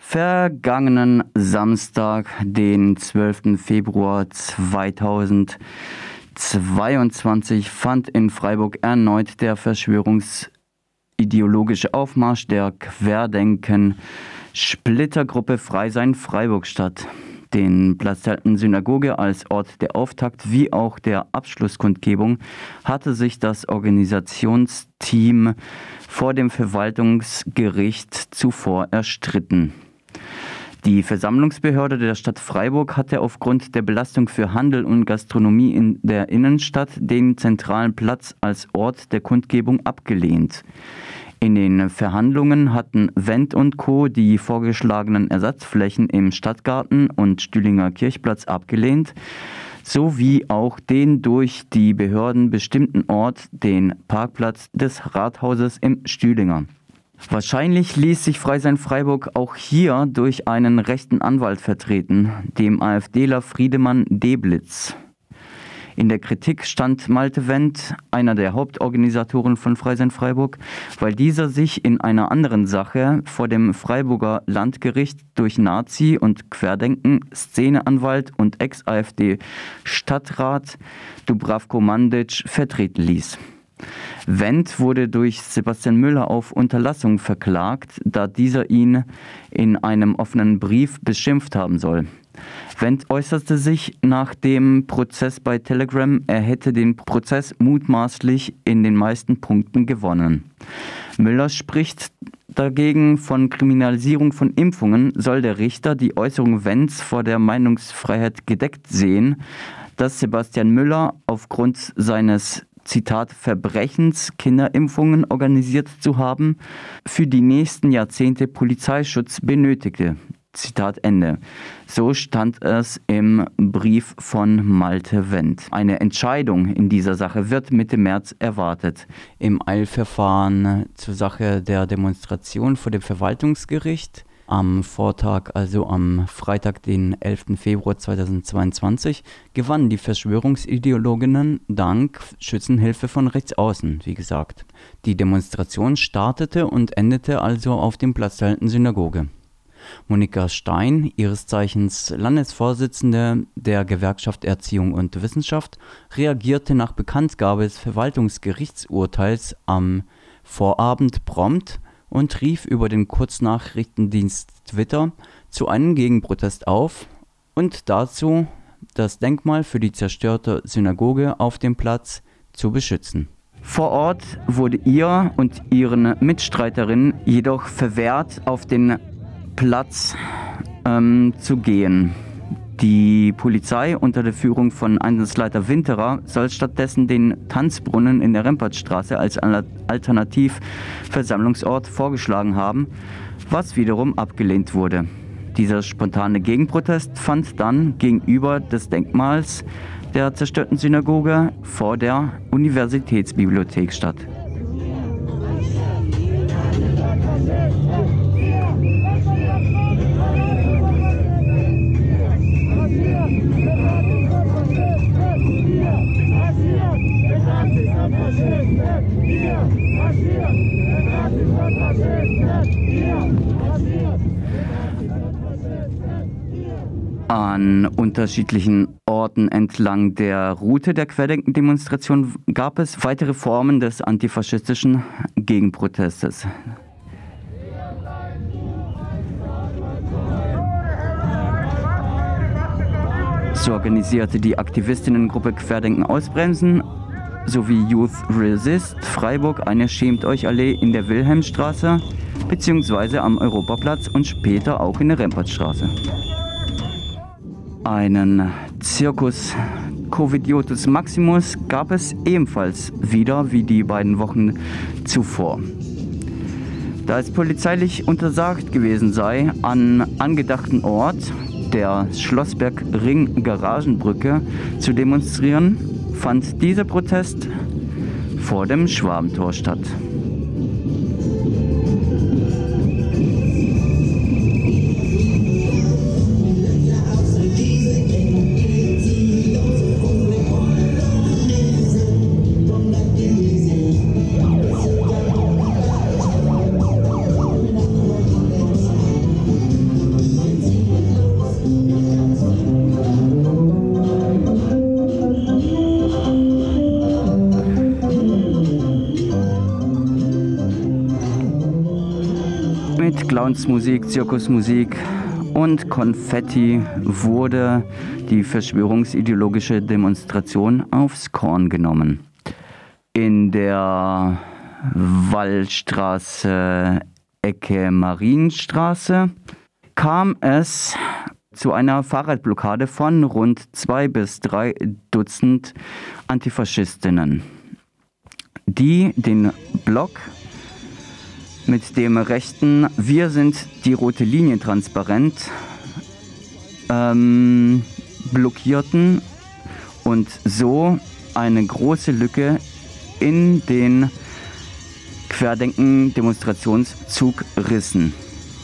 Vergangenen Samstag, den 12. Februar 2022, fand in Freiburg erneut der verschwörungsideologische Aufmarsch der Querdenken-Splittergruppe Freisein Freiburg statt. Den Platz der alten Synagoge als Ort der Auftakt wie auch der Abschlusskundgebung hatte sich das Organisationsteam vor dem Verwaltungsgericht zuvor erstritten. Die Versammlungsbehörde der Stadt Freiburg hatte aufgrund der Belastung für Handel und Gastronomie in der Innenstadt den zentralen Platz als Ort der Kundgebung abgelehnt. In den Verhandlungen hatten Wendt und Co. die vorgeschlagenen Ersatzflächen im Stadtgarten und Stühlinger Kirchplatz abgelehnt, sowie auch den durch die Behörden bestimmten Ort, den Parkplatz des Rathauses im Stühlinger. Wahrscheinlich ließ sich Freisein Freiburg auch hier durch einen rechten Anwalt vertreten, dem AfDler Friedemann Deblitz. In der Kritik stand Malte Wendt, einer der Hauptorganisatoren von Freisein Freiburg, weil dieser sich in einer anderen Sache vor dem Freiburger Landgericht durch Nazi- und Querdenken-Szeneanwalt und Ex-AfD-Stadtrat Dubravko Mandic vertreten ließ. Wendt wurde durch Sebastian Müller auf Unterlassung verklagt, da dieser ihn in einem offenen Brief beschimpft haben soll. Wendt äußerte sich nach dem Prozess bei Telegram, er hätte den Prozess mutmaßlich in den meisten Punkten gewonnen. Müller spricht dagegen von Kriminalisierung von Impfungen, soll der Richter die Äußerung Wendts vor der Meinungsfreiheit gedeckt sehen, dass Sebastian Müller aufgrund seines Zitat Verbrechens, Kinderimpfungen organisiert zu haben, für die nächsten Jahrzehnte Polizeischutz benötigte. Zitat Ende. So stand es im Brief von Malte Wendt. Eine Entscheidung in dieser Sache wird Mitte März erwartet. Im Eilverfahren zur Sache der Demonstration vor dem Verwaltungsgericht am Vortag, also am Freitag, den 11. Februar 2022, gewannen die Verschwörungsideologinnen dank Schützenhilfe von rechts außen, wie gesagt. Die Demonstration startete und endete also auf dem Platz der alten Synagoge. Monika Stein, ihres Zeichens Landesvorsitzende der Gewerkschaft Erziehung und Wissenschaft, reagierte nach Bekanntgabe des Verwaltungsgerichtsurteils am Vorabend prompt und rief über den Kurznachrichtendienst Twitter zu einem Gegenprotest auf und dazu, das Denkmal für die zerstörte Synagoge auf dem Platz zu beschützen. Vor Ort wurde ihr und ihren Mitstreiterinnen jedoch verwehrt, auf den Platz zu gehen. Die Polizei unter der Führung von Einsatzleiter Winterer soll stattdessen den Tanzbrunnen in der Rempertstraße als Alternativversammlungsort vorgeschlagen haben, was wiederum abgelehnt wurde. Dieser spontane Gegenprotest fand dann gegenüber des Denkmals der zerstörten Synagoge vor der Universitätsbibliothek statt. An unterschiedlichen Orten entlang der Route der Querdenken-Demonstration gab es weitere Formen des antifaschistischen Gegenprotestes. So organisierte die Aktivistinnengruppe Querdenken Ausbremsen sowie Youth Resist Freiburg eine Schämt-euch-Allee in der Wilhelmstraße bzw. am Europaplatz und später auch in der Rempertstraße. Einen Circus Covidiotus Maximus gab es ebenfalls wieder wie die beiden Wochen zuvor. Da es polizeilich untersagt gewesen sei, an angedachten Ort der Schlossberg-Ring-Garagenbrücke zu demonstrieren, fand dieser Protest vor dem Schwabentor statt. Clownsmusik, Zirkusmusik und Konfetti wurde die verschwörungsideologische Demonstration aufs Korn genommen. In der Wallstraße Ecke Marienstraße kam es zu einer Fahrradblockade von rund 2 bis 3 Dutzend Antifaschistinnen, die den Block mit dem rechten "Wir sind die rote Linie" Transparent blockierten und so eine große Lücke in den Querdenken-Demonstrationszug rissen.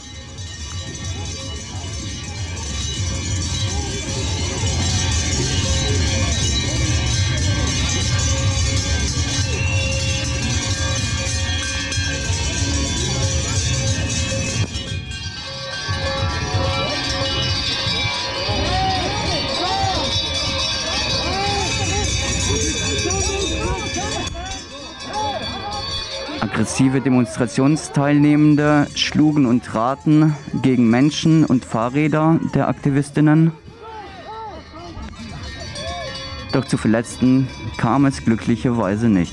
Aggressive Demonstrationsteilnehmende schlugen und traten gegen Menschen und Fahrräder der Aktivistinnen. Doch zu Verletzten kam es glücklicherweise nicht.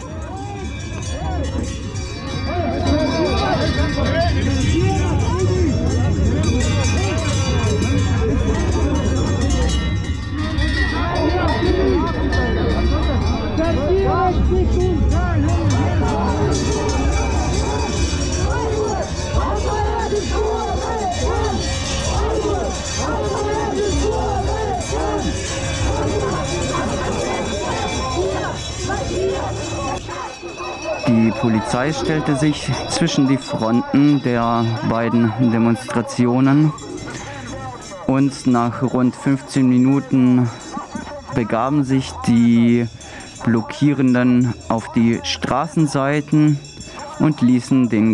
Die Polizei stellte sich zwischen die Fronten der beiden Demonstrationen und nach rund 15 Minuten begaben sich die Blockierenden auf die Straßenseiten und ließen den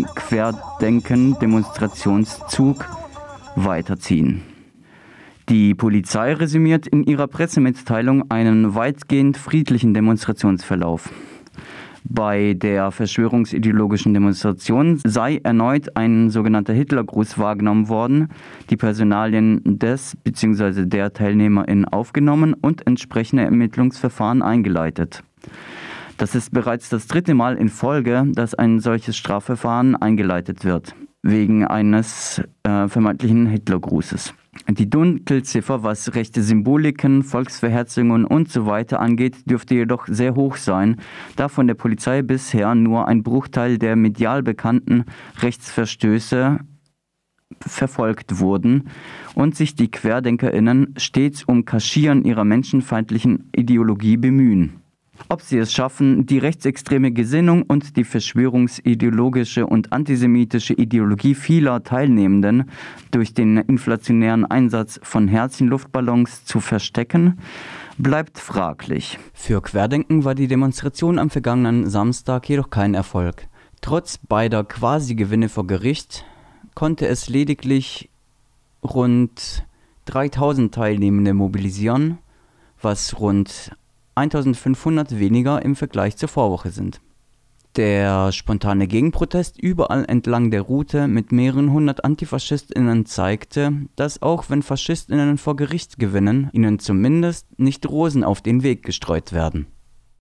Querdenken-Demonstrationszug weiterziehen. Die Polizei resümiert in ihrer Pressemitteilung einen weitgehend friedlichen Demonstrationsverlauf. Bei der verschwörungsideologischen Demonstration sei erneut ein sogenannter Hitlergruß wahrgenommen worden, die Personalien des bzw. der TeilnehmerInnen aufgenommen und entsprechende Ermittlungsverfahren eingeleitet. Das ist bereits das 3. Mal in Folge, dass ein solches Strafverfahren eingeleitet wird, wegen eines vermeintlichen Hitlergrußes. Die Dunkelziffer, was rechte Symboliken, Volksverherzungen und so weiter angeht, dürfte jedoch sehr hoch sein, da von der Polizei bisher nur ein Bruchteil der medial bekannten Rechtsverstöße verfolgt wurden und sich die QuerdenkerInnen stets um Kaschieren ihrer menschenfeindlichen Ideologie bemühen. Ob sie es schaffen, die rechtsextreme Gesinnung und die verschwörungsideologische und antisemitische Ideologie vieler Teilnehmenden durch den inflationären Einsatz von Herzchenluftballons zu verstecken, bleibt fraglich. Für Querdenken war die Demonstration am vergangenen Samstag jedoch kein Erfolg. Trotz beider Quasi-Gewinne vor Gericht konnte es lediglich rund 3000 Teilnehmende mobilisieren, was rund 1500 weniger im Vergleich zur Vorwoche sind. Der spontane Gegenprotest überall entlang der Route mit mehreren hundert AntifaschistInnen zeigte, dass auch wenn FaschistInnen vor Gericht gewinnen, ihnen zumindest nicht Rosen auf den Weg gestreut werden.